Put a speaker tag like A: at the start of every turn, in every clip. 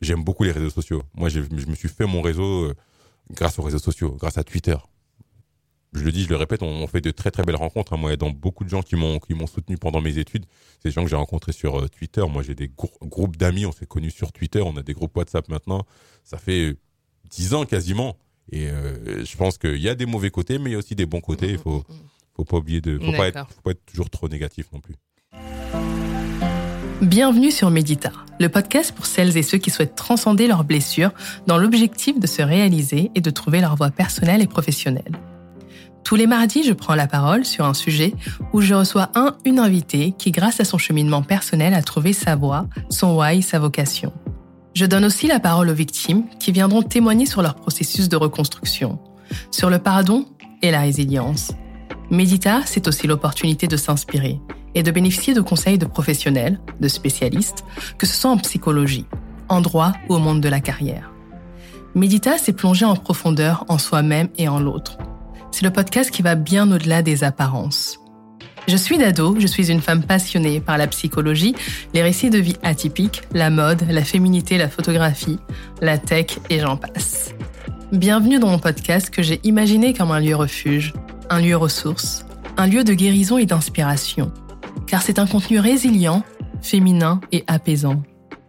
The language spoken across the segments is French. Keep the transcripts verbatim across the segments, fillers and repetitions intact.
A: j'aime beaucoup les réseaux sociaux. Moi, je, je me suis fait mon réseau euh, grâce aux réseaux sociaux, grâce à Twitter. Je le dis, je le répète, on, on fait de très très belles rencontres. Hein. Moi, il y a dans beaucoup de gens qui m'ont qui m'ont soutenu pendant mes études. C'est des gens que j'ai rencontrés sur euh, Twitter. Moi, j'ai des grou- groupes d'amis. On s'est connus sur Twitter. On a des groupes WhatsApp maintenant. Ça fait dix ans quasiment. Et euh, je pense qu'il y a des mauvais côtés, mais il y a aussi des bons côtés. Il faut faut pas oublier de, faut pas être, faut pas être toujours trop négatif non plus.
B: Bienvenue sur Médita, le podcast pour celles et ceux qui souhaitent transcender leurs blessures dans l'objectif de se réaliser et de trouver leur voie personnelle et professionnelle. Tous les mardis, je prends la parole sur un sujet où je reçois un, une invitée qui, grâce à son cheminement personnel, a trouvé sa voie, son why, sa vocation. Je donne aussi la parole aux victimes qui viendront témoigner sur leur processus de reconstruction, sur le pardon et la résilience. Médita, c'est aussi l'opportunité de s'inspirer et de bénéficier de conseils de professionnels, de spécialistes, que ce soit en psychologie, en droit ou au monde de la carrière. Médita, c'est plonger en profondeur en soi-même et en l'autre. C'est le podcast qui va bien au-delà des apparences. Je suis Dado, je suis une femme passionnée par la psychologie, les récits de vie atypiques, la mode, la féminité, la photographie, la tech et j'en passe. Bienvenue dans mon podcast que j'ai imaginé comme un lieu refuge, un lieu ressource, un lieu de guérison et d'inspiration, car c'est un contenu résilient, féminin et apaisant.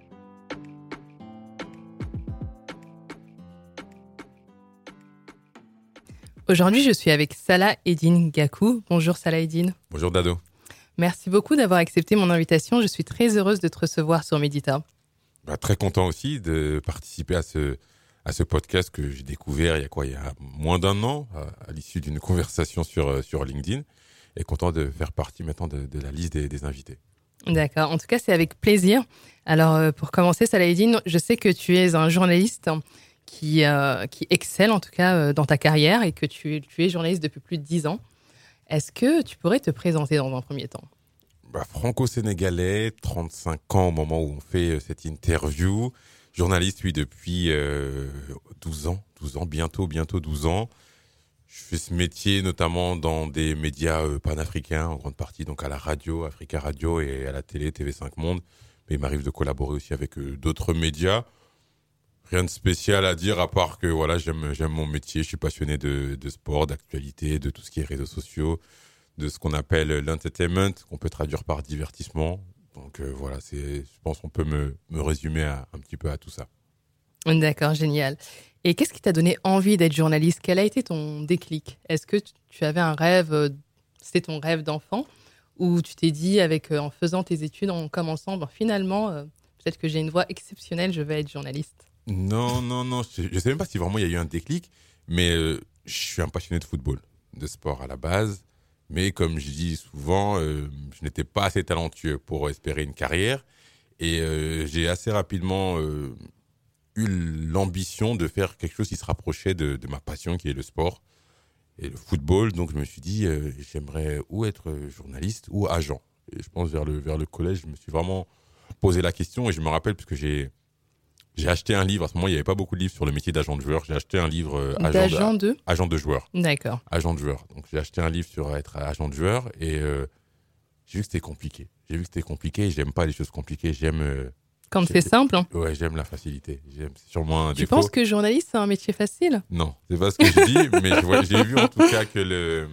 B: Aujourd'hui, je suis avec Salah Eddine Gakou. Bonjour Salah Eddine.
A: Bonjour Dado.
B: Merci beaucoup d'avoir accepté mon invitation. Je suis très heureuse de te recevoir sur Médita.
A: Bah, très content aussi de participer à ce, à ce podcast que j'ai découvert il y a quoi, il y a moins d'un an, à, à l'issue d'une conversation sur, sur LinkedIn. Et content de faire partie maintenant de, de la liste des, des invités.
B: D'accord. En tout cas, c'est avec plaisir. Alors, pour commencer, Salah Eddine, je sais que tu es un journaliste qui, euh, qui excelle en tout cas euh, dans ta carrière et que tu, tu es journaliste depuis plus de dix ans. Est-ce que tu pourrais te présenter dans un premier temps ?
A: Bah, franco-sénégalais, trente-cinq ans au moment où on fait cette interview. Journaliste, oui, depuis euh, douze ans, douze ans, bientôt, bientôt douze ans. Je fais ce métier notamment dans des médias euh, panafricains, en grande partie, donc à la radio, Africa Radio et à la télé, T V cinq Monde. Mais il m'arrive de collaborer aussi avec euh, d'autres médias. Rien de spécial à dire à part que voilà, j'aime j'aime mon métier, je suis passionné de, de sport, d'actualité, de tout ce qui est réseaux sociaux, de ce qu'on appelle l'entertainment, qu'on peut traduire par divertissement. Donc euh, voilà, c'est, je pense qu'on peut me, me résumer à, un petit peu à tout ça.
B: D'accord, génial. Et qu'est-ce qui t'a donné envie d'être journaliste ? Quel a été ton déclic ? Est-ce que tu avais un rêve, c'était ton rêve d'enfant, ou tu t'es dit, avec, en faisant tes études, en commençant, ben, finalement, euh, peut-être que j'ai une voix exceptionnelle, je vais être journaliste ?
A: Non, non, non. Je ne sais même pas si vraiment il y a eu un déclic, mais euh, je suis un passionné de football, de sport à la base. Mais comme je dis souvent, euh, je n'étais pas assez talentueux pour espérer une carrière. Et euh, j'ai assez rapidement euh, eu l'ambition de faire quelque chose qui se rapprochait de, de ma passion, qui est le sport et le football. Donc je me suis dit, euh, j'aimerais ou être journaliste ou agent. Et je pense vers le, vers le collège, je me suis vraiment posé la question. Et je me rappelle, parce que j'ai... J'ai acheté un livre, à ce moment il n'y avait pas beaucoup de livres sur le métier d'agent de joueur. J'ai acheté un livre euh, agent,
B: D'agent de...
A: de, agent de joueur.
B: D'accord.
A: Agent de joueur. Donc j'ai acheté un livre sur être agent de joueur et euh, j'ai vu que c'était compliqué. J'ai vu que c'était compliqué et j'aime pas les choses compliquées. J'aime... Euh,
B: Quand c'est simple. Hein.
A: Ouais, j'aime la facilité. J'aime, c'est sûrement un
B: tu
A: défaut.
B: penses que journaliste, c'est un métier facile ?
A: Non, c'est pas ce que je dis, mais je vois, j'ai vu en tout cas que le...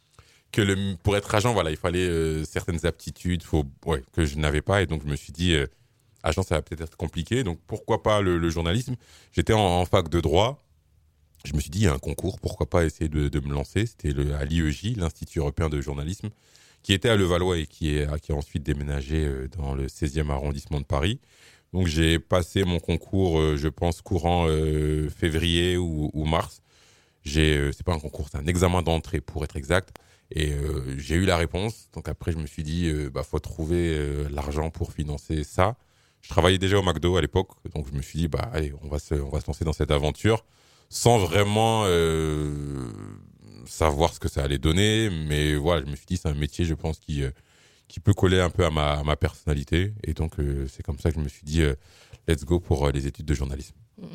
A: que le, pour être agent, voilà, il fallait euh, certaines aptitudes faut, ouais, que je n'avais pas et donc je me suis dit... Euh, agent, ça va peut-être être compliqué, donc pourquoi pas le, le journalisme. J'étais en, en fac de droit, je me suis dit, il y a un concours, pourquoi pas essayer de, de me lancer. C'était le, à l'I E J, l'Institut Européen de Journalisme, qui était à Levallois et qui, est, qui a ensuite déménagé dans le seizième arrondissement de Paris. Donc j'ai passé mon concours, je pense, courant euh, février ou, ou mars. J'ai, euh, c'est pas un concours, c'est un examen d'entrée pour être exact. Et euh, j'ai eu la réponse, donc après je me suis dit, euh, bah faut trouver euh, l'argent pour financer ça. Je travaillais déjà au McDo à l'époque, donc je me suis dit, bah allez, on va se, on va se lancer dans cette aventure, sans vraiment euh, savoir ce que ça allait donner. Mais voilà, je me suis dit, c'est un métier, je pense, qui, euh, qui peut coller un peu à ma, à ma personnalité. Et donc, euh, c'est comme ça que je me suis dit, euh, let's go pour euh, les études de journalisme.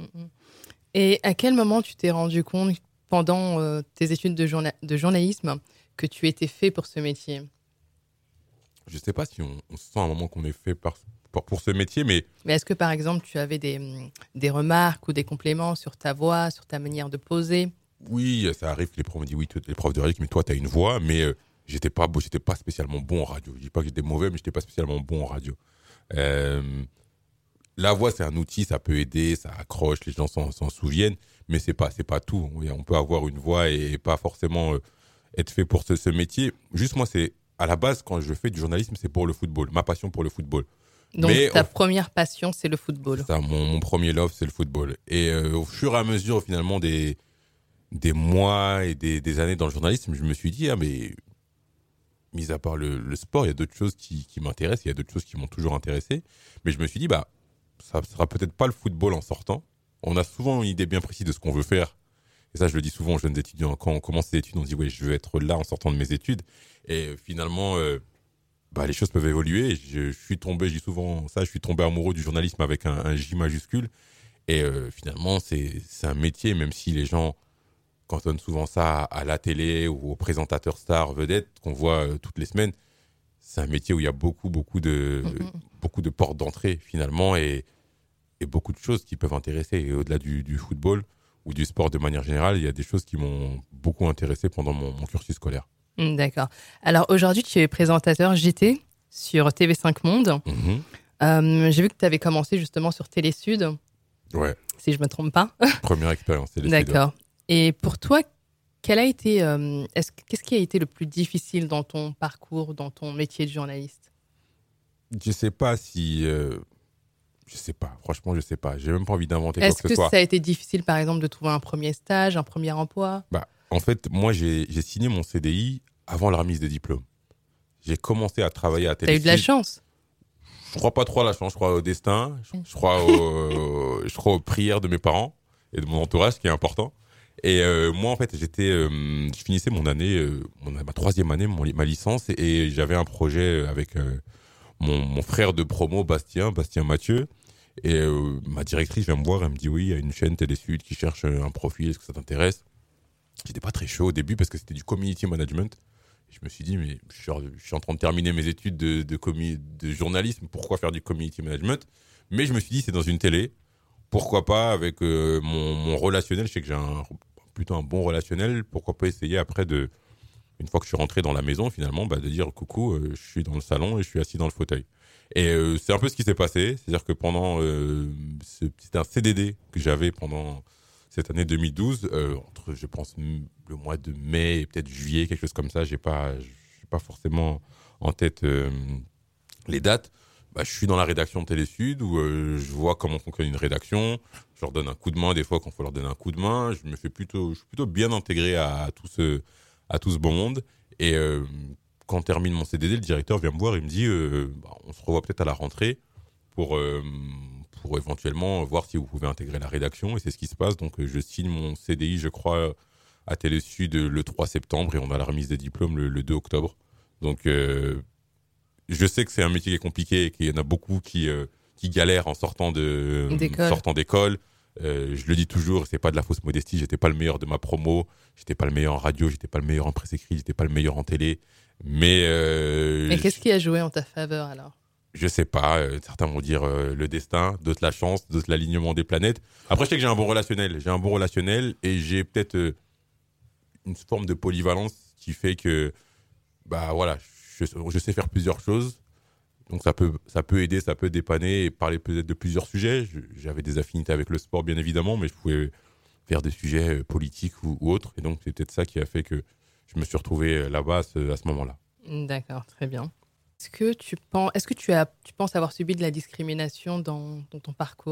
B: Et à quel moment tu t'es rendu compte, pendant euh, tes études de, journa- de journalisme, que tu étais fait pour ce métier ?
A: Je sais pas si on, on sent à un moment qu'on est fait par, pour, pour ce métier. Mais...
B: mais est-ce que, par exemple, tu avais des, des remarques ou des compléments sur ta voix, sur ta manière de poser ?
A: Oui, ça arrive que les profs me disent, oui, les profs de radio, mais toi, tu as une voix, mais euh, j'étais pas, j'étais pas spécialement bon en radio. Je dis pas que j'étais mauvais, mais j'étais pas spécialement bon en radio. Euh, la voix, c'est un outil, ça peut aider, ça accroche, les gens s'en, s'en souviennent, mais c'est pas, c'est pas tout. On peut avoir une voix et pas forcément euh, être fait pour ce, ce métier. Juste moi, c'est à la base, quand je fais du journalisme, c'est pour le football, ma passion pour le football.
B: Donc
A: mais
B: ta
A: au,
B: première passion, c'est le football.
A: C'est ça, mon, mon premier love, c'est le football. Et euh, au fur et à mesure, finalement, des des mois et des, des années dans le journalisme, je me suis dit, ah mais, mis à part le, le sport, il y a d'autres choses qui, qui m'intéressent, il y a d'autres choses qui m'ont toujours intéressé. Mais je me suis dit, bah, ça sera peut-être pas le football en sortant. On a souvent une idée bien précise de ce qu'on veut faire. Et ça, je le dis souvent aux jeunes étudiants. Quand on commence les études, on se dit, ouais, je veux être là en sortant de mes études. Et finalement, euh, bah, les choses peuvent évoluer. Je, je suis tombé, je dis souvent ça, je suis tombé amoureux du journalisme avec un, un J majuscule. Et euh, finalement, c'est, c'est un métier, même si les gens cantonne souvent ça à la télé ou aux présentateurs stars vedettes qu'on voit euh, toutes les semaines. C'est un métier où il y a beaucoup, beaucoup de, mm-hmm. beaucoup de portes d'entrée finalement et, et beaucoup de choses qui peuvent intéresser. Et au-delà du, du football ou du sport de manière générale, il y a des choses qui m'ont beaucoup intéressé pendant mon, mon cursus scolaire.
B: D'accord. Alors aujourd'hui, tu es présentateur J T sur T V cinq Monde. Mm-hmm. Euh, j'ai vu que tu avais commencé justement sur Télé Sud.
A: Ouais.
B: Si je ne me trompe pas.
A: Première expérience, Télé
B: Sud. D'accord.
A: Ouais.
B: Et pour toi, quel a été, euh, est-ce, qu'est-ce qui a été le plus difficile dans ton parcours, dans ton métier de journaliste ?
A: Je ne sais pas si... Euh, je ne sais pas. Franchement, je ne sais pas. Je n'ai même pas envie d'inventer
B: est-ce
A: quoi que ce soit.
B: Est-ce que ça a été difficile, par exemple, de trouver un premier stage, un premier emploi ?
A: Bah, en fait, moi, j'ai, j'ai signé mon C D I avant la remise des diplômes. J'ai commencé à travailler à Télé Sud.
B: T'as eu de la chance ?
A: Je ne crois pas trop à la chance. Je crois au destin. Je, je, crois, au, je crois aux prières de mes parents et de mon entourage, qui est important. Et euh, moi, en fait, j'étais, euh, je finissais mon année, euh, mon, ma troisième année, mon, ma licence, et, et j'avais un projet avec euh, mon, mon frère de promo, Bastien, Bastien Mathieu. Et euh, ma directrice vient me voir, elle me dit, oui, il y a une chaîne Télé Sud qui cherche un profil, est-ce que ça t'intéresse ? J'étais pas très chaud au début parce que c'était du community management. Et je me suis dit, mais je suis, je suis en train de terminer mes études de, de, commu, de journalisme, pourquoi faire du community management ? Mais je me suis dit, c'est dans une télé. Pourquoi pas avec euh, mon, mon relationnel, je sais que j'ai un, plutôt un bon relationnel, pourquoi pas essayer après, de, une fois que je suis rentré dans la maison finalement, bah, de dire coucou, euh, je suis dans le salon et je suis assis dans le fauteuil. Et euh, c'est un peu ce qui s'est passé, c'est-à-dire que pendant, euh, ce, c'était un C D D que j'avais pendant cette année deux mille douze, euh, entre je pense le mois de mai et peut-être juillet, quelque chose comme ça, j'ai pas, j'ai pas forcément en tête euh, les dates. Bah, je suis dans la rédaction de Télé Sud où euh, je vois comment fonctionne une rédaction. Je leur donne un coup de main des fois quand il faut leur donner un coup de main. Je me fais plutôt, je suis plutôt bien intégré à, à tout ce, à tout ce bon monde. Et euh, quand on termine mon C D D, le directeur vient me voir et me dit, euh, bah, on se revoit peut-être à la rentrée pour euh, pour éventuellement voir si vous pouvez intégrer la rédaction. Et c'est ce qui se passe. Donc euh, je signe mon C D I, je crois, à Télé Sud le trois septembre et on a la remise des diplômes le, le deux octobre. Donc euh, je sais que c'est un métier qui est compliqué et qu'il y en a beaucoup qui, euh, qui galèrent en sortant, de,
B: d'école.
A: sortant d'école. Euh, je le dis toujours, c'est pas de la fausse modestie, j'étais pas le meilleur de ma promo, j'étais pas le meilleur en radio, j'étais pas le meilleur en presse écrite, j'étais pas le meilleur en télé. Mais, euh,
B: mais qu'est-ce qui a joué en ta faveur alors ?
A: Je sais pas, euh, certains vont dire euh, le destin, d'autres la chance, d'autres l'alignement des planètes. Après, je sais que j'ai un bon relationnel, j'ai un bon relationnel et j'ai peut-être euh, une forme de polyvalence qui fait que, bah voilà, je, je sais faire plusieurs choses. Donc ça peut, ça peut aider, ça peut dépanner et parler peut-être de plusieurs sujets. Je, j'avais des affinités avec le sport, bien évidemment, mais je pouvais faire des sujets politiques ou, ou autres. Et donc c'est peut-être ça qui a fait que je me suis retrouvé là-bas à ce, à ce moment-là.
B: D'accord, très bien. Est-ce que tu penses, est-ce que tu, as, tu penses avoir subi de la discrimination dans, dans ton parcours ?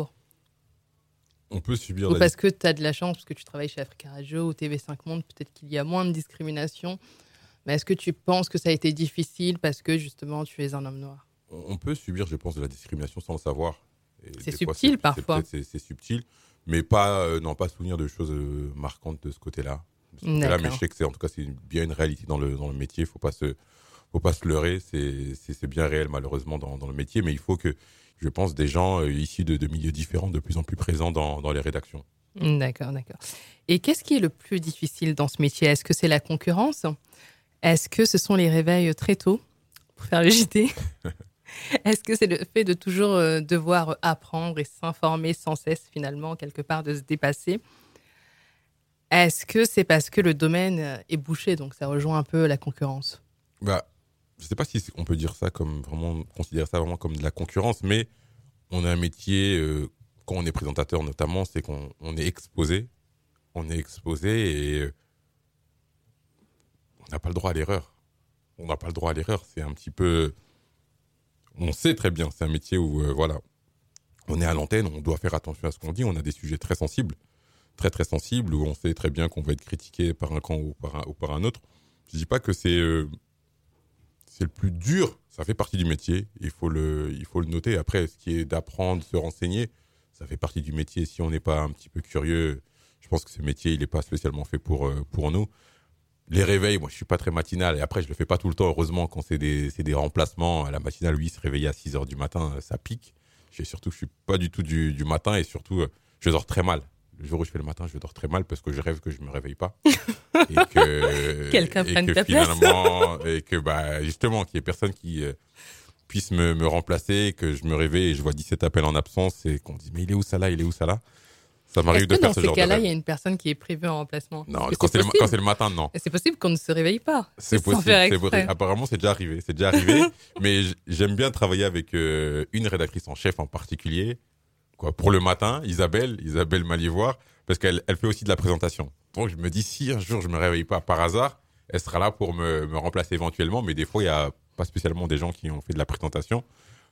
A: On peut subir...
B: Ou
A: la...
B: parce que tu as de la chance, parce que tu travailles chez Africa Radio ou T V cinq Monde, peut-être qu'il y a moins de discrimination. Mais est-ce que tu penses que ça a été difficile parce que justement tu es un homme noir ?
A: On peut subir, je pense, de la discrimination sans le savoir. Et
B: c'est
A: des
B: subtil
A: fois, c'est,
B: parfois.
A: C'est, c'est, c'est subtil, mais pas, euh, non, pas souvenir de choses euh, marquantes de ce côté-là. De ce côté-là mais je sais que c'est, en tout cas, c'est bien une réalité dans le, dans le métier. Il ne faut pas se, faut pas se leurrer. C'est, c'est, c'est bien réel, malheureusement, dans, dans le métier. Mais il faut que, je pense, des gens euh, issus de, de milieux différents, de plus en plus présents dans, dans les rédactions.
B: D'accord, d'accord. Et qu'est-ce qui est le plus difficile dans ce métier ? Est-ce que c'est la concurrence ? Est-ce que ce sont les réveils très tôt pour faire le J T ? Est-ce que c'est le fait de toujours euh, devoir apprendre et s'informer sans cesse, finalement, quelque part, de se dépasser? Est-ce que c'est parce que le domaine euh, est bouché, donc ça rejoint un peu la concurrence?
A: Bah, je sais pas si c'est- on peut dire ça comme vraiment, considérer ça vraiment comme de la concurrence, mais on a un métier, euh, quand on est présentateur notamment, c'est qu'on on est exposé. On est exposé et euh, on n'a pas le droit à l'erreur. On n'a pas le droit à l'erreur. C'est un petit peu. On sait très bien, c'est un métier où, euh, voilà, on est à l'antenne, on doit faire attention à ce qu'on dit. On a des sujets très sensibles, très très sensibles, où on sait très bien qu'on va être critiqué par un camp ou par un, ou par un autre. Je dis pas que c'est euh, c'est le plus dur. Ça fait partie du métier. Il faut le, il faut le noter. Après, ce qui est d'apprendre, se renseigner, ça fait partie du métier. Si on n'est pas un petit peu curieux, je pense que ce métier, il n'est pas spécialement fait pour, euh, pour nous. Les réveils, moi, je suis pas très matinal. Et après, je le fais pas tout le temps, heureusement, quand c'est des, c'est des remplacements. À la matinale, lui, se réveiller à six heures du matin, euh, ça pique. Et surtout, je suis pas du tout du, du matin. Et surtout, euh, je dors très mal. Le jour où je fais le matin, je dors très mal parce que je rêve que je me réveille pas. Et que,
B: Quelqu'un
A: et
B: prenne
A: que
B: ta place.
A: finalement, et que, bah, justement, qu'il y ait personne qui euh, puisse me, me remplacer, que je me réveille et je vois dix-sept appels en absence et qu'on me dit, mais il est où ça là, il est où ça là? Ça m'arrive
B: Est-ce
A: de
B: que
A: faire
B: dans
A: ce
B: ces
A: genre de
B: cas-là, il
A: rêve.
B: y a une personne qui est prévue en remplacement?
A: Non,
B: Parce que
A: quand c'est, le,
B: possible.
A: quand c'est le matin, non.
B: Et c'est possible qu'on ne se réveille pas.
A: C'est
B: sans
A: possible.
B: faire
A: C'est
B: exprès.
A: vrai. Apparemment, c'est déjà arrivé. C'est déjà arrivé. Mais j- j'aime bien travailler avec euh, une rédactrice en chef en particulier. Quoi, pour le matin, Isabelle, Isabelle Malivoire, parce qu'elle elle fait aussi de la présentation. Donc je me dis, si un jour je me réveille pas par hasard, elle sera là pour me, me remplacer éventuellement. Mais des fois, il y a pas spécialement des gens qui ont fait de la présentation.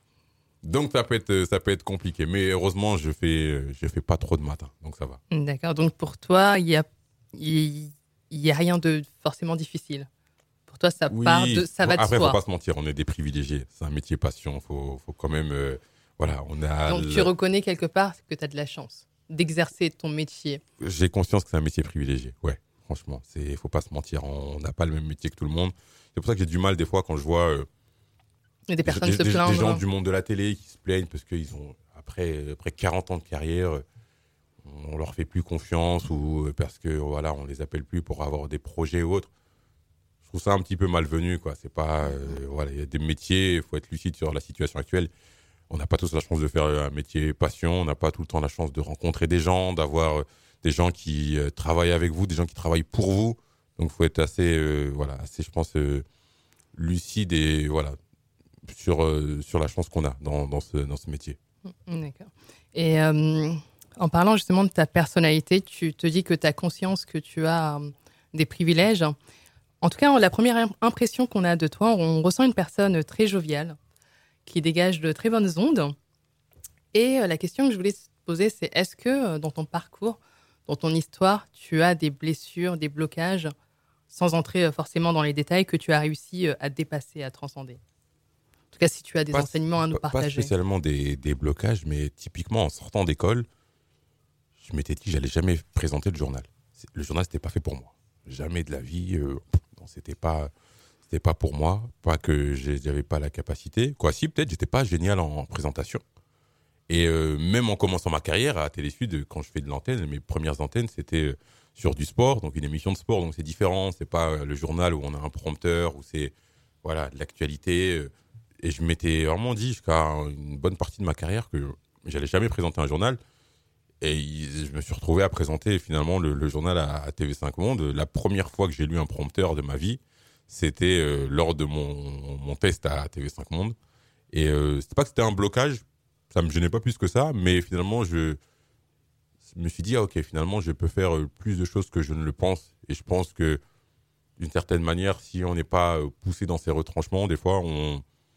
A: Donc ça peut être, ça peut être compliqué. Mais heureusement, je fais, je fais pas trop de matin. Donc ça va.
B: D'accord. Donc pour toi, il y a, il, il y a rien de forcément difficile. Pour toi, ça part de, ça va de
A: Après,
B: soi.
A: faut pas se mentir, on est des privilégiés. C'est un métier passion. Faut, faut quand même, euh, voilà, on a.
B: Donc
A: le-
B: tu reconnais quelque part que tu as de la chance d'exercer ton métier.
A: J'ai conscience que c'est un métier privilégié. Ouais, franchement, c'est, faut pas se mentir. On n'a pas le même métier que tout le monde. C'est pour ça que j'ai du mal des fois quand je vois euh,
B: Et des personnes
A: des,
B: se
A: des- des
B: plaindre.
A: gens du monde de la télé qui se plaignent parce qu'ils ont après après quarante ans de carrière, euh, on leur fait plus confiance ou euh, parce que voilà, on les appelle plus pour avoir des projets ou autres. Je trouve ça un petit peu malvenu, quoi. C'est pas euh, voilà, il y a des métiers, il faut être lucide sur la situation actuelle. On n'a pas tous la chance de faire un métier passion, on n'a pas tout le temps la chance de rencontrer des gens, d'avoir euh, des gens qui euh, travaillent avec vous, des gens qui travaillent pour vous. Donc, il faut être assez, euh, voilà, assez, je pense, euh, lucide et voilà sur euh, sur la chance qu'on a dans dans ce dans ce métier.
B: Mm, D'accord. Et euh, en parlant justement de ta personnalité, tu te dis que tu as conscience que tu as euh, des privilèges. En tout cas, la première im- impression qu'on a de toi, on ressent une personne très joviale, qui dégage de très bonnes ondes. Et euh, la question que je voulais te poser, c'est est-ce que euh, dans ton parcours, dans ton histoire, tu as des blessures, des blocages, sans entrer euh, forcément dans les détails, que tu as réussi euh, à dépasser, à transcender? En tout cas, si tu as des
A: Pas-
B: enseignements à nous
A: pas, pas
B: partager.
A: spécialement des, des blocages, mais typiquement en sortant d'école, je m'étais dit que j'allais jamais présenter le journal. C'est- Le journal, c'était pas fait pour moi. Jamais de la vie. Euh, non, c'était pas, c'était pas pour moi. Pas que j'ai- j'avais pas la capacité. Quoi, si peut-être, j'étais pas génial en présentation. Et euh, même en commençant ma carrière à Télésud, quand je fais de l'antenne, mes premières antennes, c'était euh, sur du sport, donc une émission de sport, donc c'est différent. C'est pas euh, le journal où on a un prompteur, où c'est voilà de l'actualité. euh, Et je m'étais vraiment dit jusqu'à une bonne partie de ma carrière que j'allais jamais présenter un journal. Et il- je me suis retrouvé à présenter finalement le, le journal à, à T V cinq Monde. La première fois que j'ai lu un prompteur de ma vie, c'était euh, lors de mon, mon test à T V cinq Monde. Et euh, c'était pas que c'était un blocage, ça me gênait pas plus que ça, mais finalement je me suis dit ah ok, finalement je peux faire euh, plus de choses que je ne le pense. Et je pense que d'une certaine manière, si on n'est pas euh, poussé dans ces retranchements, des fois on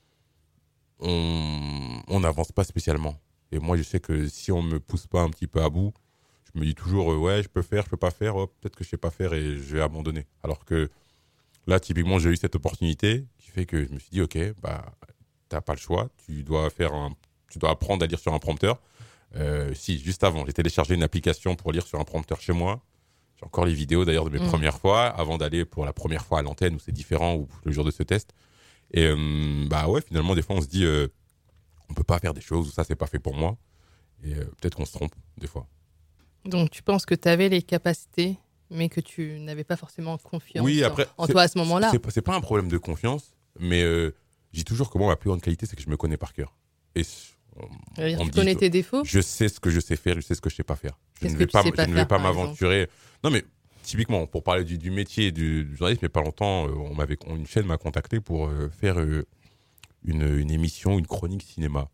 A: on on n'avance pas spécialement. Et moi, je sais que si on me pousse pas un petit peu à bout, je me dis toujours euh, ouais, je peux faire, je peux pas faire, oh, peut-être que je sais pas faire et je vais abandonner. Alors que là, typiquement, j'ai eu cette opportunité qui fait que je me suis dit ok, bah t'as pas le choix, tu dois faire un, tu dois apprendre à lire sur un prompteur. Euh, si, juste avant, j'ai téléchargé une application pour lire sur un prompteur chez moi. J'ai encore les vidéos d'ailleurs de mes
B: Mmh.
A: premières fois, avant d'aller pour la première fois à l'antenne où c'est différent ou le jour de ce test. Et euh, bah ouais, finalement, des fois, on se dit, euh, on peut pas faire des choses où ça, c'est pas fait pour moi. Et euh, peut-être qu'on se trompe, des fois.
B: Donc, tu penses que tu avais les capacités, mais que tu n'avais pas forcément confiance
A: Oui, après,
B: en
A: c'est-
B: toi à ce moment-là.
A: C'est, pas- c'est pas un problème de confiance, mais euh, je dis toujours que moi, ma plus grande qualité, c'est que je me connais par cœur. Et on,
B: on tu
A: me
B: connais
A: dit,
B: tes défauts?
A: Je sais ce que je sais faire, je sais ce que je sais pas faire. Je
B: Qu'est-ce
A: ne
B: que
A: vais
B: tu
A: pas,
B: sais pas
A: je ne
B: faire,
A: vais pas
B: par
A: m'aventurer. Exemple. Non, mais typiquement, pour parler du, du métier du, du journalisme, il n'y a pas longtemps, euh, on m'avait, une chaîne m'a contacté pour euh, faire euh, une, une émission, une chronique cinéma.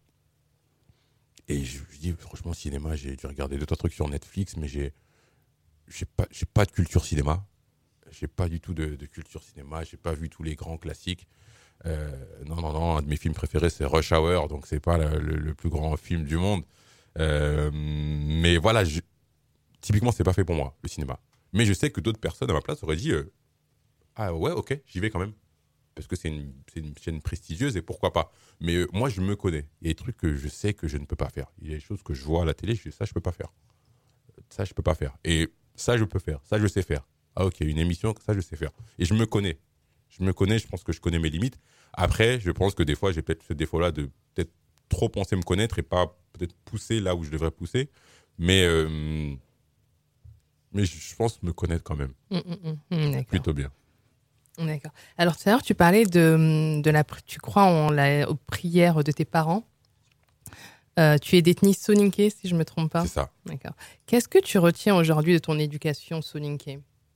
A: Et je, je dis, franchement, cinéma, j'ai dû regarder deux, trois trucs sur Netflix, mais j'ai, j'ai pas, j'ai pas de culture cinéma. J'ai pas du tout de, de culture cinéma. J'ai pas vu tous les grands classiques. Euh, non, non, non. Un de mes films préférés, c'est Rush Hour, donc c'est pas le, le, le plus grand film du monde. Euh, mais voilà, je, typiquement, c'est pas fait pour moi, le cinéma. Mais je sais que d'autres personnes à ma place auraient dit, euh, ah ouais, ok, j'y vais quand même. Parce que c'est une, c'est une chaîne prestigieuse et pourquoi pas. Mais euh, moi, je me connais. Il y a des trucs que je sais que je ne peux pas faire. Il y a des choses que je vois à la télé, je dis, ça, je peux pas faire. Ça, je peux pas faire. Et ça, je peux faire. Ça, je sais faire. Ah, ok, une émission, ça, je sais faire. Et je me connais. Je me connais, je pense que je connais mes limites. Après, je pense que des fois, j'ai peut-être ce défaut-là de peut-être trop penser me connaître et pas peut-être pousser là où je devrais pousser. Mais, euh, mais je pense me connaître quand même.
B: Mmh, mmh, mmh,
A: plutôt bien.
B: D'accord. Alors tout à l'heure, tu parlais de, de la, tu crois en la, aux prières de tes parents. Euh, tu es d'ethnie soninké, si je ne me trompe pas.
A: C'est ça.
B: D'accord. Qu'est-ce que tu retiens aujourd'hui de ton éducation soninké?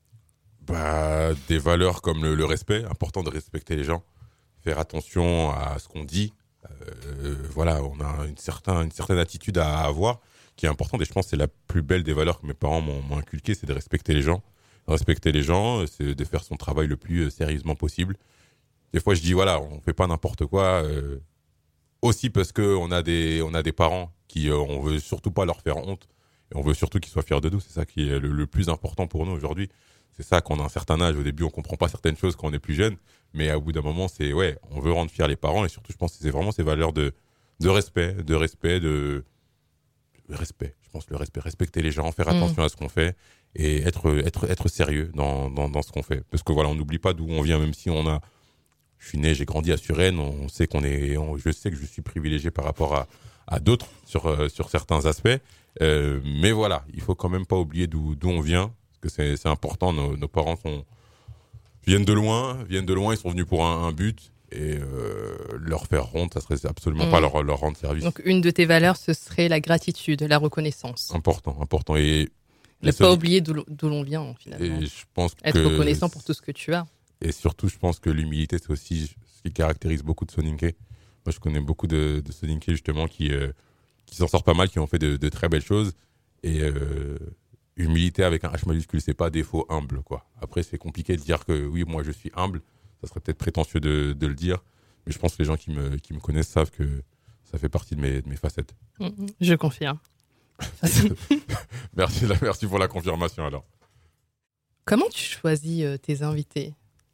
A: Bah, des valeurs comme le, le respect, important de respecter les gens, faire attention à ce qu'on dit. Euh, voilà, on a une, certain, une certaine attitude à avoir qui est importante et je pense que c'est la plus belle des valeurs que mes parents m'ont, m'ont inculqué, c'est de respecter les gens. Respecter les gens, c'est de faire son travail le plus sérieusement possible. Des fois, je dis, voilà, on fait pas n'importe quoi. Euh, aussi parce qu'on a des, on a des parents qui, euh, on veut surtout pas leur faire honte. Et on veut surtout qu'ils soient fiers de nous. C'est ça qui est le, le plus important pour nous aujourd'hui. C'est ça qu'on a un certain âge. Au début, on comprend pas certaines choses quand on est plus jeune. Mais au bout d'un moment, c'est, ouais, on veut rendre fiers les parents. Et surtout, je pense que c'est vraiment ces valeurs de, de respect, de respect, de, le respect. Je pense le respect, respecter les gens, faire attention mmh. à ce qu'on fait et être, être, être sérieux dans, dans, dans ce qu'on fait. Parce que voilà, on n'oublie pas d'où on vient, même si on a, je suis né, j'ai grandi à Suresnes, on sait qu'on est, on, je sais que je suis privilégié par rapport à, à d'autres sur, euh, sur certains aspects. Euh, mais voilà, il faut quand même pas oublier d'où, d'où on vient, parce que c'est, c'est important. Nos, nos parents sont, viennent de loin, viennent de loin, ils sont venus pour un, un but. Et euh, leur faire honte, ça serait absolument mmh. pas leur, leur rendre service.
B: Donc une de tes valeurs, ce serait la gratitude, la reconnaissance.
A: Important, important. Et
B: ne pas oublier d'où, d'où l'on vient, finalement.
A: Et je pense
B: Être
A: que
B: reconnaissant pour tout ce que tu as.
A: Et surtout, je pense que l'humilité, c'est aussi ce qui caractérise beaucoup de Soninké. Moi, je connais beaucoup de, de Soninké, justement, qui, euh, qui s'en sortent pas mal, qui ont fait de, de très belles choses. Et euh, humilité avec un H majuscule, c'est pas défaut humble, quoi. Après, c'est compliqué de dire que oui, moi, je suis humble. Ça serait peut-être prétentieux de, de le dire, mais je pense que les gens qui me, qui me connaissent savent que ça fait partie de mes, de mes facettes.
B: Mmh, je confirme.
A: merci, merci pour la confirmation alors.
B: Comment tu choisis euh, tes invités?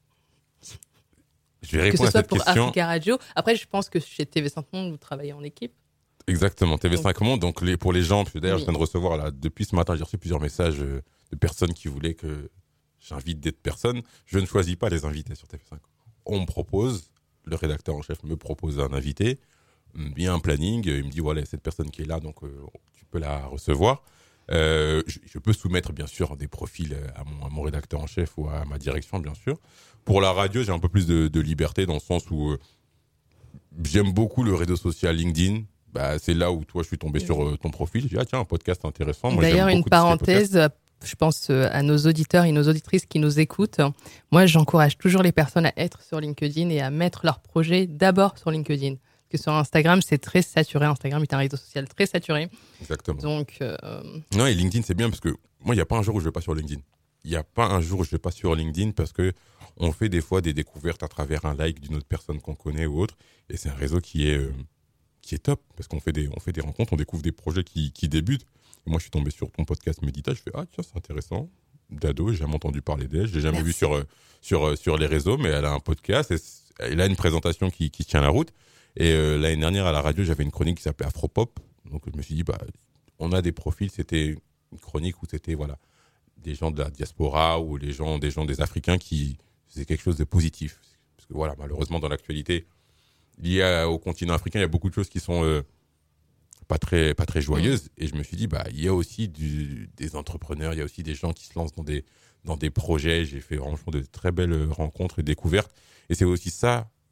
A: Je vais répondre à cette question.
B: Que ce soit pour Africa Radio. Après, je pense que chez T V cinq Monde, vous travaillez en équipe.
A: Exactement, T V cinq Monde. Donc les, pour les gens, d'ailleurs, oui. je viens de recevoir là, depuis ce matin, j'ai reçu plusieurs messages euh, de personnes qui voulaient que j'invite des personnes. Je ne choisis pas les invités sur T V cinq. On me propose, le rédacteur en chef me propose un invité, il y a un planning, il me dit voilà, cette personne qui est là, donc euh, tu peux la recevoir. Euh, je, je peux soumettre bien sûr des profils à mon, à mon rédacteur en chef ou à ma direction, bien sûr. Pour la radio, j'ai un peu plus de, de liberté dans le sens où euh, j'aime beaucoup le réseau social LinkedIn. Bah, c'est là où toi, je suis tombé oui. sur euh, ton profil. J'ai dit ah tiens, un podcast intéressant. Moi,
B: d'ailleurs,
A: j'aime
B: une parenthèse. Je pense à nos auditeurs et nos auditrices qui nous écoutent. Moi, j'encourage toujours les personnes à être sur LinkedIn et à mettre leurs projets d'abord sur LinkedIn. Parce que sur Instagram, c'est très saturé. Instagram est un réseau social très saturé.
A: Exactement.
B: Donc, euh...
A: non, et LinkedIn, c'est bien parce que moi, il n'y a pas un jour où je ne vais pas sur LinkedIn. Il n'y a pas un jour où je ne vais pas sur LinkedIn parce qu'on fait des fois des découvertes à travers un like d'une autre personne qu'on connaît ou autre. Et c'est un réseau qui est, euh, qui est top parce qu'on fait des, on fait des rencontres, on découvre des projets qui, qui débutent. Et moi, je suis tombé sur ton podcast Médita, je fais « Ah, tiens, c'est intéressant. Dado, j'ai jamais entendu parler d'elle. Je l'ai jamais vue sur, sur, sur les réseaux, mais elle a un podcast. Et elle a une présentation qui, qui tient la route. Et euh, l'année dernière, à la radio, j'avais une chronique qui s'appelait Afropop. Donc, je me suis dit, bah, on a des profils. C'était une chronique où c'était voilà, des gens de la diaspora ou les gens, des gens des Africains qui faisaient quelque chose de positif. Parce que voilà, malheureusement, dans l'actualité, liée à, au continent africain, il y a beaucoup de choses qui sont... Euh, pas très pas très joyeuse, et je me suis dit bah il y a aussi du, des entrepreneurs, il y a aussi des gens qui se lancent dans des dans des projets. J'ai fait franchement de très belles rencontres et découvertes, et c'est aussi ça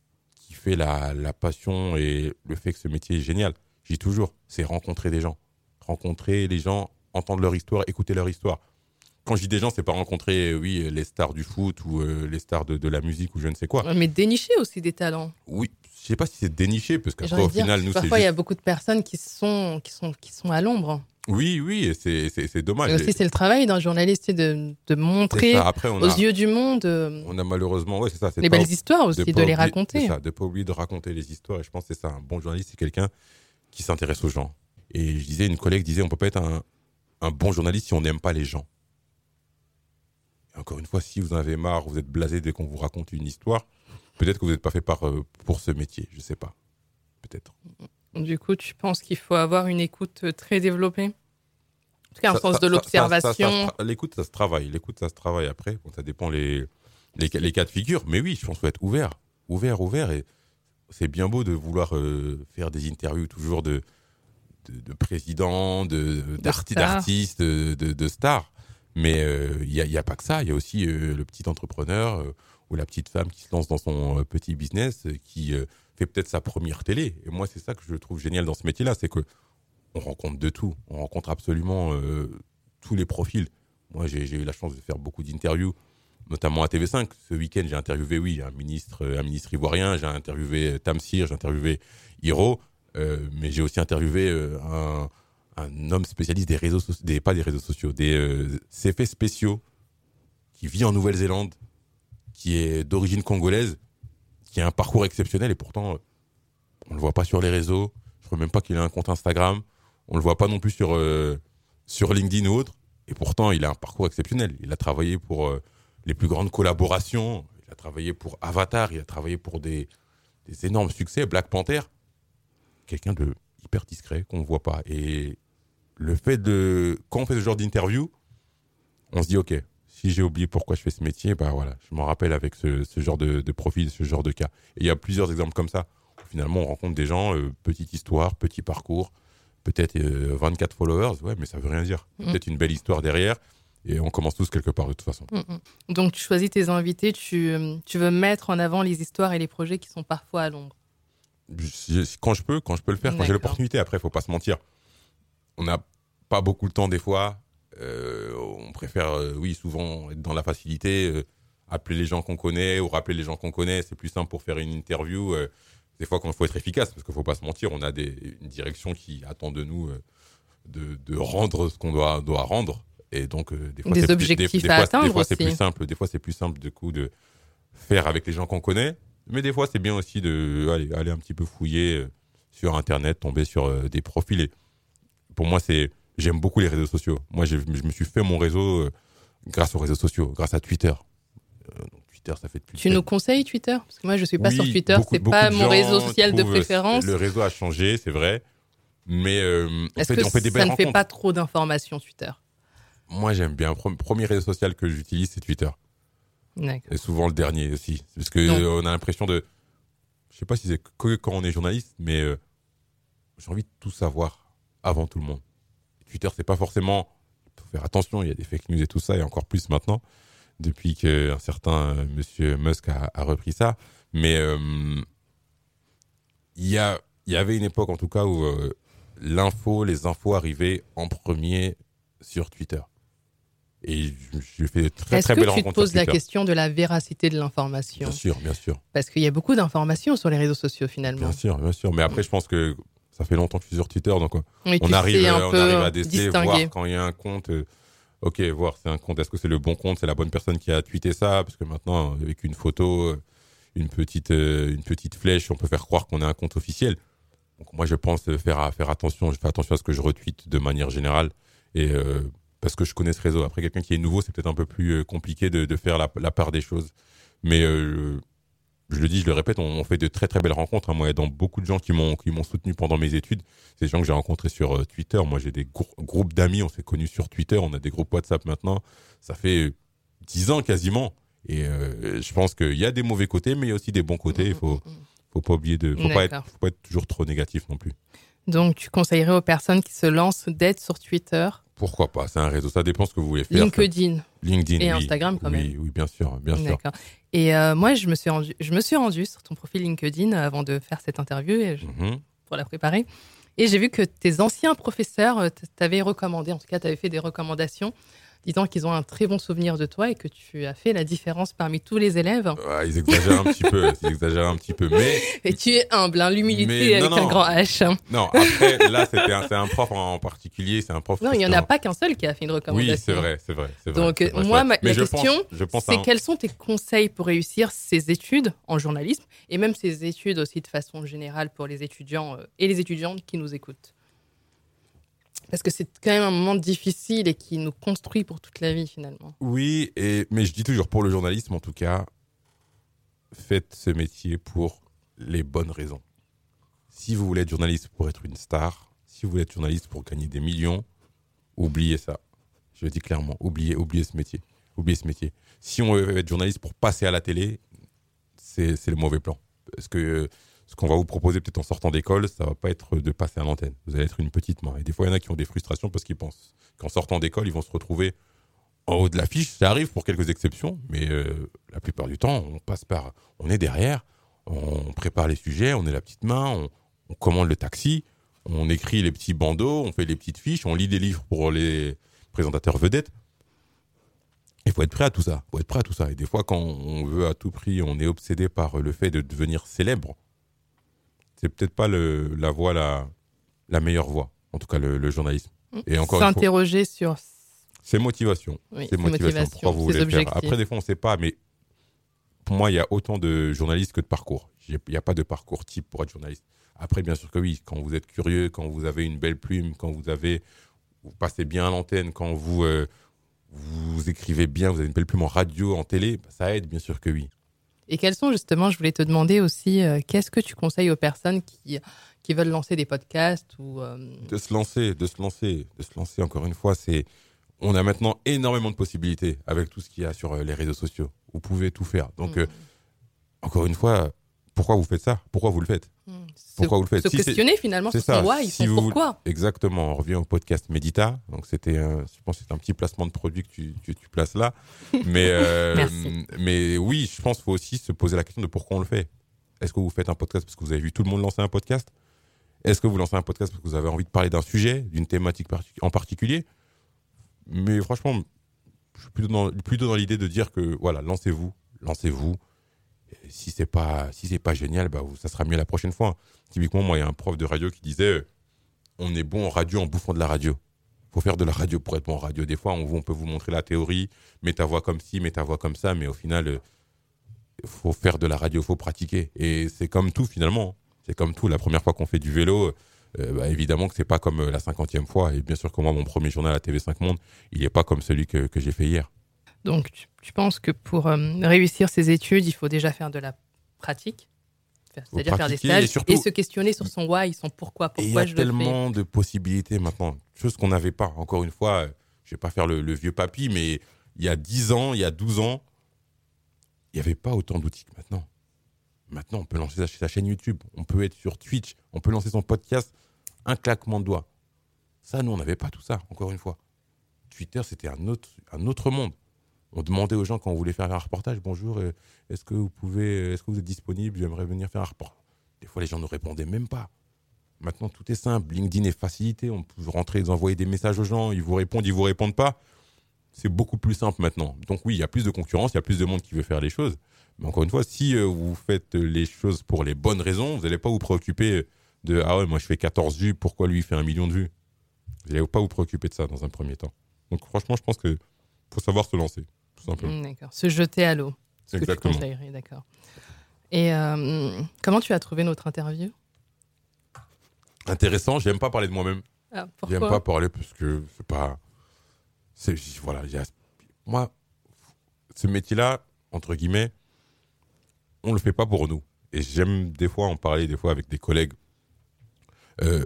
A: qui fait la, la passion et le fait que ce métier est génial. Je dis toujours, c'est rencontrer des gens. Rencontrer les gens, entendre leur histoire, écouter leur histoire. Quand je dis des gens, c'est pas rencontrer, oui, les stars du foot ou euh, les stars de, de la musique ou je ne sais quoi.
B: Mais dénicher aussi des talents.
A: Oui, je sais pas si c'est déniché, parce qu'après, au
B: dire,
A: final, nous, c'est
B: parfois, il
A: juste...
B: y a beaucoup de personnes qui sont, qui sont, qui sont à l'ombre.
A: Oui, oui, et c'est, c'est, c'est dommage.
B: Et aussi, c'est le travail d'un journaliste, c'est de, de montrer
A: Après, on
B: aux
A: a,
B: yeux du monde euh,
A: on a malheureusement, ouais, c'est ça, c'est
B: les
A: pas,
B: belles histoires aussi, de, de les
A: oublier,
B: raconter.
A: C'est ça, de ne pas oublier de raconter les histoires. Et je pense que c'est ça, un bon journaliste, c'est quelqu'un qui s'intéresse aux gens. Et je disais, une collègue disait, on ne peut pas être un, un bon journaliste si on n'aime pas les gens. Et encore une fois, si vous en avez marre, vous êtes blasé dès qu'on vous raconte une histoire, peut-être que vous n'êtes pas fait par, euh, pour ce métier, je ne sais pas. Peut-être.
B: Du coup, tu penses qu'il faut avoir une écoute très développée ? En tout cas, un
A: ça,
B: sens
A: ça,
B: de l'observation.
A: Ça, ça, ça, l'écoute, ça se travaille. L'écoute, ça se travaille après. Bon, ça dépend les, les, les cas de figure. Mais oui, je pense qu'il faut être ouvert. Ouvert, ouvert. Et c'est bien beau de vouloir euh, faire des interviews toujours de, de, de présidents, de, de d'arti- stars. d'artistes, de, de, de stars. Mais il euh, n'y a, a pas que ça. Il y a aussi euh, le petit entrepreneur euh, ou la petite femme qui se lance dans son euh, petit business, euh, qui euh, fait peut-être sa première télé. Et moi, c'est ça que je trouve génial dans ce métier-là. C'est que on rencontre de tout. On rencontre absolument euh, tous les profils. Moi, j'ai, j'ai eu la chance de faire beaucoup d'interviews, notamment à T V cinq. Ce week-end, j'ai interviewé, oui, un ministre, un ministre ivoirien. J'ai interviewé Tamsir, j'ai interviewé Hiro. Euh, mais j'ai aussi interviewé euh, un, un homme spécialiste des réseaux sociaux, des, pas des réseaux sociaux, des euh, effets spéciaux, qui vit en Nouvelle-Zélande, qui est d'origine congolaise, qui a un parcours exceptionnel et pourtant, on ne le voit pas sur les réseaux. Je ne crois même pas qu'il a un compte Instagram. On ne le voit pas non plus sur, euh, sur LinkedIn ou autre. Et pourtant, il a un parcours exceptionnel. Il a travaillé pour euh, les plus grandes collaborations. Il a travaillé pour Avatar. Il a travaillé pour des, des énormes succès. Black Panther. Quelqu'un de hyper discret qu'on ne voit pas. Et le fait de... Quand on fait ce genre d'interview, on se dit, OK, si j'ai oublié pourquoi je fais ce métier, bah voilà, je m'en rappelle avec ce, ce genre de, de profil, ce genre de cas. Et il y a plusieurs exemples comme ça. Finalement, on rencontre des gens, euh, petite histoire, petit parcours, peut-être euh, vingt-quatre followers, ouais, mais ça veut rien dire. Mmh. Peut-être une belle histoire derrière, et on commence tous quelque part de toute façon.
B: Mmh. Donc, tu choisis tes invités, tu, tu veux mettre en avant les histoires et les projets qui sont parfois à l'ombre.
A: Je, quand je peux, quand je peux le faire, D'accord. Quand j'ai l'opportunité, après, il ne faut pas se mentir. On n'a pas beaucoup de temps des fois, euh, on préfère, euh, oui, souvent être dans la facilité, euh, appeler les gens qu'on connaît, ou rappeler les gens qu'on connaît, c'est plus simple pour faire une interview. Euh, Des fois, quand il faut être efficace, parce qu'il ne faut pas se mentir, on a des, une direction qui attend de nous euh, de, de rendre ce qu'on doit, doit rendre. Et donc, euh, des fois,
B: des
A: c'est,
B: objectifs
A: des, des
B: à
A: fois,
B: atteindre
A: des fois,
B: aussi.
A: c'est plus simple. Des fois, c'est plus simple du coup de faire avec les gens qu'on connaît. Mais des fois, c'est bien aussi de aller, aller un petit peu fouiller euh, sur Internet, tomber sur euh, des profils. Et pour moi, c'est, j'aime beaucoup les réseaux sociaux. Moi, je, je me suis fait mon réseau euh, grâce aux réseaux sociaux, grâce à Twitter. Euh, donc, Twitter, ça fait depuis
B: tu nous conseilles Twitter ? Parce que moi, je ne suis pas
A: oui,
B: sur Twitter.
A: Beaucoup,
B: c'est pas mon réseau social de
A: trouvent,
B: préférence.
A: Le réseau a changé, c'est vrai. Mais euh, on,
B: Est-ce
A: fait,
B: que
A: on fait des belles
B: ça ne
A: rencontres.
B: fait pas trop d'informations, Twitter ?
A: Moi, j'aime bien. Le premier réseau social que j'utilise, c'est Twitter.
B: D'accord.
A: Et souvent le dernier aussi. Parce qu'on a l'impression de... Je ne sais pas si c'est que quand on est journaliste, mais euh, j'ai envie de tout savoir avant tout le monde. Twitter, c'est pas forcément... Il faut faire attention, il y a des fake news et tout ça, et encore plus maintenant, depuis qu'un certain euh, monsieur Musk a, a repris ça. Mais euh, il y, a, il y avait une époque, en tout cas, où euh, l'info, les infos arrivaient en premier sur Twitter. Et je fais de très,
B: Est-ce
A: très belles rencontres.
B: Est-ce que tu te poses la question de la véracité de l'information ?
A: Bien sûr, bien sûr.
B: Parce qu'il y a beaucoup d'informations sur les réseaux sociaux, finalement.
A: Bien sûr, bien sûr. Mais après, je pense que ça fait longtemps que je suis sur Twitter, donc
B: oui,
A: on, arrive,
B: un
A: on
B: peu
A: arrive à déceler,
B: distinguer.
A: voir quand il y a un compte. Euh, ok, voir c'est un compte, est-ce que c'est le bon compte, c'est la bonne personne qui a tweeté ça ? Parce que maintenant, avec une photo, une petite, euh, une petite flèche, on peut faire croire qu'on a un compte officiel. Donc moi, je pense faire, faire attention, je fais attention à ce que je retweete de manière générale. Et... Euh, parce que je connais ce réseau. Après, quelqu'un qui est nouveau, c'est peut-être un peu plus compliqué de, de faire la, la part des choses. Mais euh, je le dis, je le répète, on, on fait de très très belles rencontres. Hein. Moi, il y a dans beaucoup de gens qui m'ont, qui m'ont soutenu pendant mes études. C'est des gens que j'ai rencontrés sur euh, Twitter. Moi, j'ai des grou- groupes d'amis, on s'est connus sur Twitter. On a des groupes WhatsApp maintenant. Ça fait dix ans quasiment. Et euh, je pense qu'il y a des mauvais côtés, mais il y a aussi des bons côtés. Il faut, faut pas oublier de... Faut pas être, faut pas être toujours trop négatif non plus.
B: Donc, tu conseillerais aux personnes qui se lancent d'être sur Twitter ?
A: Pourquoi pas, c'est un réseau, ça dépend ce que vous voulez faire.
B: LinkedIn.
A: Ça. LinkedIn,
B: et
A: oui.
B: Instagram quand
A: oui,
B: même.
A: Oui, bien sûr, bien sûr.
B: D'accord. Et euh, moi, je me suis rendu, je me suis rendu sur ton profil LinkedIn avant de faire cette interview et je,
A: Mm-hmm.
B: pour la préparer. Et j'ai vu que tes anciens professeurs t'avaient recommandé, en tout cas, tu avais fait des recommandations, disant qu'ils ont un très bon souvenir de toi et que tu as fait la différence parmi tous les élèves.
A: Ouais, ils exagèrent un petit peu, ils exagèrent un petit peu, mais...
B: Et tu es humble, hein, l'humilité
A: mais
B: avec
A: non,
B: un
A: non.
B: grand H.
A: Non, après, là, c'était un, c'est un prof en particulier, c'est un prof...
B: Non, il n'y en a pas qu'un seul qui a fait une recommandation.
A: Oui, c'est vrai, c'est vrai. C'est vrai
B: Donc,
A: c'est vrai,
B: moi,
A: c'est
B: ma,
A: mais
B: la
A: je
B: question,
A: pense, je pense
B: c'est
A: un...
B: quels sont tes conseils pour réussir ces études en journalisme et même ces études aussi de façon générale pour les étudiants euh, et les étudiantes qui nous écoutent. Parce que c'est quand même un moment difficile et qui nous construit pour toute la vie, finalement.
A: Oui, et, mais je dis toujours, pour le journalisme, en tout cas, faites ce métier pour les bonnes raisons. Si vous voulez être journaliste pour être une star, si vous voulez être journaliste pour gagner des millions, oubliez ça. Je le dis clairement, oubliez, oubliez ce métier. Oubliez ce métier. Si on veut être journaliste pour passer à la télé, c'est, c'est le mauvais plan. Parce que ce qu'on va vous proposer peut-être en sortant d'école, ça va pas être de passer à l'antenne. Vous allez être une petite main. Et des fois, il y en a qui ont des frustrations parce qu'ils pensent qu'en sortant d'école, ils vont se retrouver en haut de l'affiche. Ça arrive pour quelques exceptions, mais euh, la plupart du temps, on passe par, on est derrière, on prépare les sujets, on est la petite main, on, on commande le taxi, on écrit les petits bandeaux, on fait les petites fiches, on lit des livres pour les présentateurs vedettes. Il faut être prêt à tout ça. Il faut être prêt à tout ça. Et des fois, quand on veut à tout prix, on est obsédé par le fait de devenir célèbre. C'est peut-être pas le, la voie, la, la meilleure voie. En tout cas, le, le journalisme. Et encore
B: S'interroger sur...
A: C'est motivation.
B: Oui,
A: c'est motivation.
B: motivation.
A: Pourquoi vous voulez le faire. Après, des fois, on ne sait pas, mais pour moi, il y a autant de journalistes que de parcours. Il n'y a pas de parcours type pour être journaliste. Après, bien sûr que oui, quand vous êtes curieux, quand vous avez une belle plume, quand vous avez, vous passez bien à l'antenne, quand vous, euh, vous écrivez bien, vous avez une belle plume en radio, en télé, ça aide, bien sûr que oui.
B: Et quels sont justement, je voulais te demander aussi, euh, qu'est-ce que tu conseilles aux personnes qui, qui veulent lancer des podcasts ou euh...
A: De se lancer, de se lancer, de se lancer. Encore une fois, c'est, on a maintenant énormément de possibilités avec tout ce qu'il y a sur les réseaux sociaux. Vous pouvez tout faire. Donc, mmh. euh, encore une fois, pourquoi vous faites ça ? Pourquoi vous le faites ? mmh. Pourquoi
B: se,
A: vous le faites ?
B: Se
A: si
B: questionner finalement sur son why,
A: si
B: son
A: vous,
B: pourquoi.
A: Exactement. On revient au podcast Médita. Donc, c'était, un, je pense que c'est un petit placement de produit que tu, tu, tu places là. Mais, euh,
B: Merci.
A: mais oui, je pense qu'il faut aussi se poser la question de pourquoi on le fait. Est-ce que vous faites un podcast parce que vous avez vu tout le monde lancer un podcast ? Est-ce que vous lancez un podcast parce que vous avez envie de parler d'un sujet, d'une thématique en particulier ? Mais franchement, je suis plutôt dans, plutôt dans l'idée de dire que voilà, lancez-vous, lancez-vous. Et si c'est pas, si c'est pas génial, bah, ça sera mieux la prochaine fois. Typiquement, moi, il y a un prof de radio qui disait on est bon en radio en bouffant de la radio. Il faut faire de la radio pour être bon en radio. Des fois, on, on peut vous montrer la théorie, mets ta voix comme ci, mets ta voix comme ça, mais au final, il euh, faut faire de la radio, il faut pratiquer. Et c'est comme tout finalement. C'est comme tout. La première fois qu'on fait du vélo, euh, bah, évidemment que c'est pas comme la cinquantième fois. Et bien sûr que moi, mon premier journal à T V cinq Monde, il n'est pas comme celui que, que j'ai fait hier.
B: Donc, tu, tu penses que pour euh, réussir ces études, il faut déjà faire de la pratique, c'est-à-dire faire des stages et, surtout, et se questionner sur son why, son pourquoi, pourquoi je le fais.
A: Il y a tellement de possibilités maintenant, chose qu'on n'avait pas. Encore une fois, je ne vais pas faire le, le vieux papy, mais il y a dix ans, il y a douze ans, il n'y avait pas autant d'outils que maintenant. Maintenant, on peut lancer sa chaîne YouTube, on peut être sur Twitch, on peut lancer son podcast, un claquement de doigts. Ça, nous, on n'avait pas tout ça, encore une fois. Twitter, c'était un autre, un autre monde. On demandait aux gens quand on voulait faire un reportage, bonjour, est-ce que vous pouvez, est-ce que vous êtes disponible, j'aimerais venir faire un reportage. Des fois, les gens ne répondaient même pas. Maintenant, tout est simple. LinkedIn est facilité. On peut rentrer, envoyer des messages aux gens, ils vous répondent, ils vous répondent pas. C'est beaucoup plus simple maintenant. Donc oui, il y a plus de concurrence, il y a plus de monde qui veut faire les choses. Mais encore une fois, si euh, vous faites les choses pour les bonnes raisons, vous n'allez pas vous préoccuper de ah ouais, moi je fais quatorze vues, pourquoi lui il fait un million de vues. Vous n'allez pas vous préoccuper de ça dans un premier temps. Donc franchement, je pense qu'il faut savoir se lancer. Tout simplement.
B: Mmh, d'accord. Se jeter à l'eau. Ce
A: Exactement.
B: Que tu conseillerais, d'accord. Et euh, comment tu as trouvé notre interview ?
A: Intéressant. J'aime pas parler de moi-même.
B: Ah, pourquoi ?
A: J'aime pas parler parce que c'est pas. C'est voilà. Y a... Moi, ce métier-là, entre guillemets, on le fait pas pour nous. Et j'aime des fois en parler des fois avec des collègues. Euh,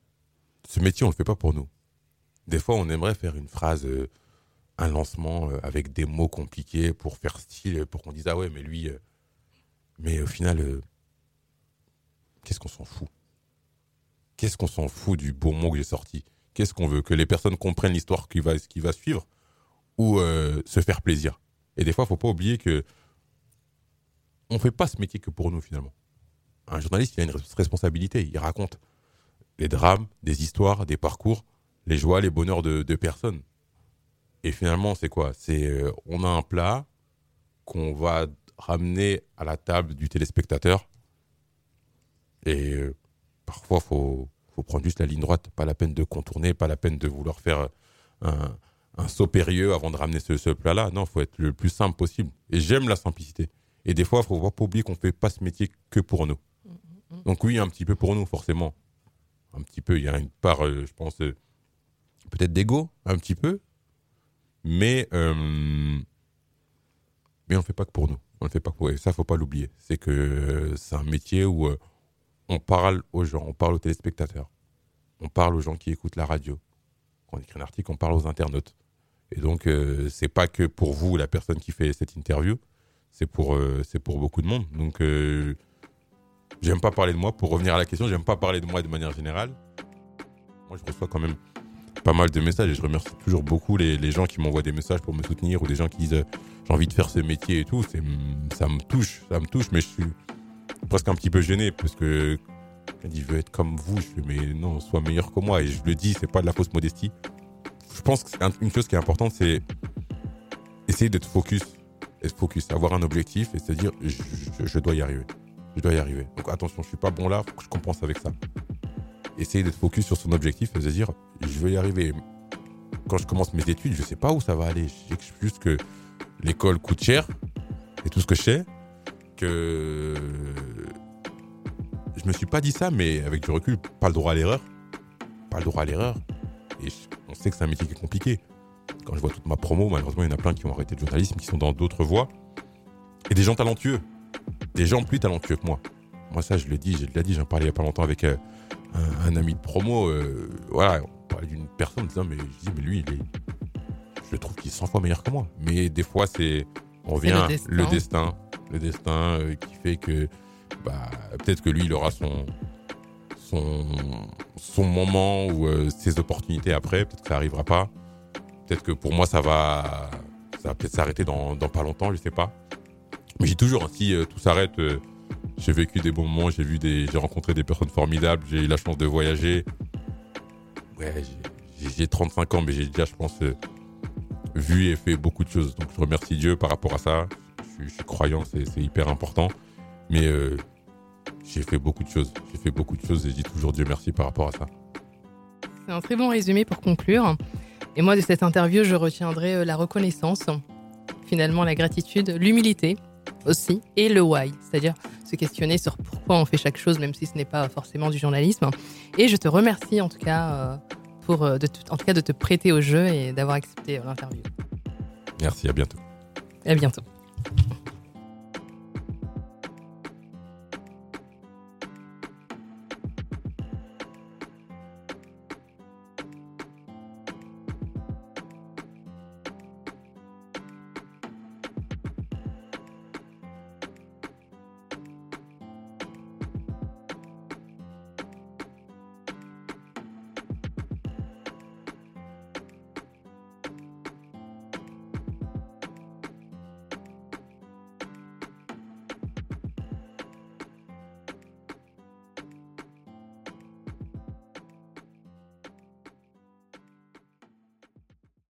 A: ce métier, on le fait pas pour nous. Des fois, on aimerait faire une phrase. Euh, un lancement euh, avec des mots compliqués pour faire style, pour qu'on dise « Ah ouais, mais lui... Euh... » Mais au final, euh... qu'est-ce qu'on s'en fout ? Qu'est-ce qu'on s'en fout du beau mot que j'ai sorti ? Qu'est-ce qu'on veut? Que les personnes comprennent l'histoire qui va, qui va suivre ou euh, se faire plaisir? Et des fois, il ne faut pas oublier que on ne fait pas ce métier que pour nous, finalement. Un journaliste, il a une responsabilité. Il raconte les drames, des histoires, des parcours, les joies, les bonheurs de, de personnes. Et finalement, c'est quoi? C'est, euh, on a un plat qu'on va ramener à la table du téléspectateur. Et euh, parfois, il faut, faut prendre juste la ligne droite. Pas la peine de contourner, pas la peine de vouloir faire un, un saut périlleux avant de ramener ce, ce plat-là. Non, il faut être le plus simple possible. Et j'aime la simplicité. Et des fois, il ne faut pas oublier qu'on ne fait pas ce métier que pour nous. Donc oui, un petit peu pour nous, forcément. Un petit peu, il y a une part, euh, je pense, euh, peut-être d'ego, un petit peu. Mais, euh, mais on ne le fait pas que pour nous. On le fait pas que pour... Et ça, il ne faut pas l'oublier. C'est que euh, c'est un métier où euh, on parle aux gens, on parle aux téléspectateurs. On parle aux gens qui écoutent la radio. Quand on écrit un article, on parle aux internautes. Et donc, euh, ce n'est pas que pour vous, la personne qui fait cette interview. C'est pour, euh, c'est pour beaucoup de monde. Donc, euh, j'aime pas parler de moi. Pour revenir à la question, j'aime pas parler de moi de manière générale. Moi, je reçois quand même pas mal de messages et je remercie toujours beaucoup les, les gens qui m'envoient des messages pour me soutenir ou des gens qui disent euh, j'ai envie de faire ce métier et tout. C'est, ça me touche, ça me touche, mais je suis presque un petit peu gêné parce que quand il dit je veux être comme vous, je fais mais non, sois meilleur que moi. Et je le dis, c'est pas de la fausse modestie. Je pense qu'une chose qui est importante, c'est essayer d'être focus. Être focus, avoir un objectif et se dire je, je, je dois y arriver. Je dois y arriver. Donc attention, je suis pas bon là, faut que je compense avec ça. Essayer d'être focus sur son objectif et se dire je veux y arriver. Quand je commence mes études, je sais pas où ça va aller. Je sais juste que l'école coûte cher et tout ce que je sais. Que je me suis pas dit ça, mais avec du recul, pas le droit à l'erreur. Pas le droit à l'erreur. Et on sait que c'est un métier qui est compliqué. Quand je vois toute ma promo, malheureusement, il y en a plein qui ont arrêté le journalisme, qui sont dans d'autres voies. Et des gens talentueux. Des gens plus talentueux que moi. Moi, ça, je le dis, je l'ai dit, j'en parlais il n'y a pas longtemps avec euh, un, un ami de promo. Euh, voilà, on parlait d'une personne, disant, mais je dis, mais lui, il est, je trouve qu'il est cent fois meilleur que moi. Mais des fois, c'est, on vient, le destin, le destin, le destin euh, qui fait que, bah, peut-être que lui, il aura son, son, son moment ou euh, ses opportunités après. Peut-être que ça n'arrivera pas. Peut-être que pour moi, ça va, ça va peut-être s'arrêter dans, dans pas longtemps, je sais pas. Mais j'ai toujours, hein, si euh, tout s'arrête, euh, j'ai vécu des bons moments, j'ai vu des, j'ai rencontré des personnes formidables, j'ai eu la chance de voyager. Ouais, j'ai, j'ai trente-cinq ans, mais j'ai déjà, je pense, euh, vu et fait beaucoup de choses. Donc je remercie Dieu par rapport à ça. Je, je suis croyant, c'est, c'est hyper important. Mais euh, j'ai fait beaucoup de choses. J'ai fait beaucoup de choses et je dis toujours Dieu merci par rapport à ça.
B: C'est un très bon résumé pour conclure. Et moi, de cette interview, je retiendrai la reconnaissance, finalement la gratitude, l'humilité aussi, et le why, c'est-à-dire se questionner sur pourquoi on fait chaque chose, même si ce n'est pas forcément du journalisme. Et je te remercie en tout cas, pour, de, en tout cas de te prêter au jeu et d'avoir accepté l'interview.
A: Merci, à bientôt.
B: À bientôt.